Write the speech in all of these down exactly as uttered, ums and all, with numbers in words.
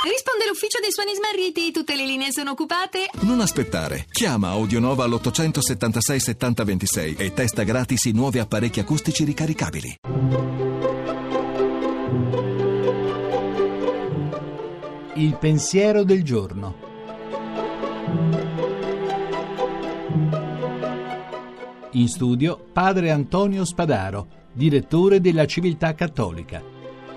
Risponde l'ufficio dei suoni smarriti, tutte le linee sono occupate. Non aspettare, chiama Audionova all'ottocentosettantasei settanta ventisei e testa gratis i nuovi apparecchi acustici ricaricabili. Il pensiero del giorno. In studio padre Antonio Spadaro, direttore della Civiltà Cattolica.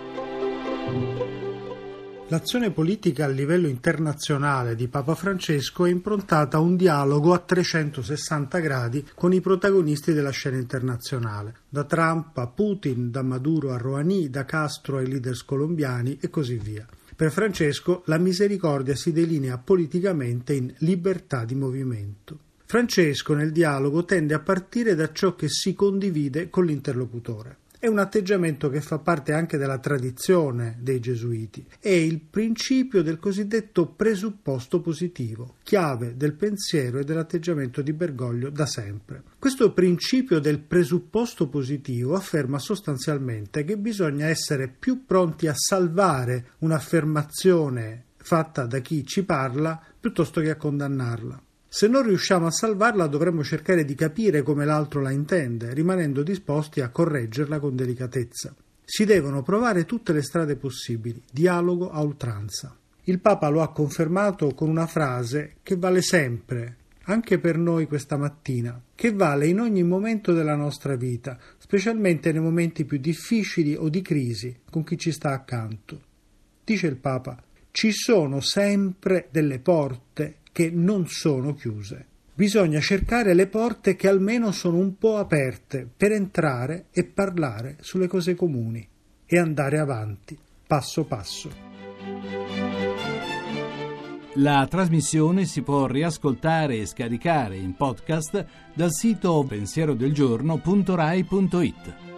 L'azione politica a livello internazionale di Papa Francesco è improntata a un dialogo a trecentosessanta gradi con i protagonisti della scena internazionale, da Trump a Putin, da Maduro a Rouhani, da Castro ai leaders colombiani e così via. Per Francesco la misericordia si delinea politicamente in libertà di movimento. Francesco nel dialogo tende a partire da ciò che si condivide con l'interlocutore. È un atteggiamento che fa parte anche della tradizione dei gesuiti. È il principio del cosiddetto presupposto positivo, chiave del pensiero e dell'atteggiamento di Bergoglio da sempre. Questo principio del presupposto positivo afferma sostanzialmente che bisogna essere più pronti a salvare un'affermazione fatta da chi ci parla piuttosto che a condannarla. Se non riusciamo a salvarla dovremmo cercare di capire come l'altro la intende, rimanendo disposti a correggerla con delicatezza. Si devono provare tutte le strade possibili, dialogo a oltranza. Il Papa lo ha confermato con una frase che vale sempre, anche per noi questa mattina, che vale in ogni momento della nostra vita, specialmente nei momenti più difficili o di crisi con chi ci sta accanto. Dice il Papa: ci sono sempre delle porte che non sono chiuse. Bisogna cercare le porte che almeno sono un po' aperte per entrare e parlare sulle cose comuni e andare avanti, passo passo. La trasmissione si può riascoltare e scaricare in podcast dal sito pensierodelgiorno punto rai punto it.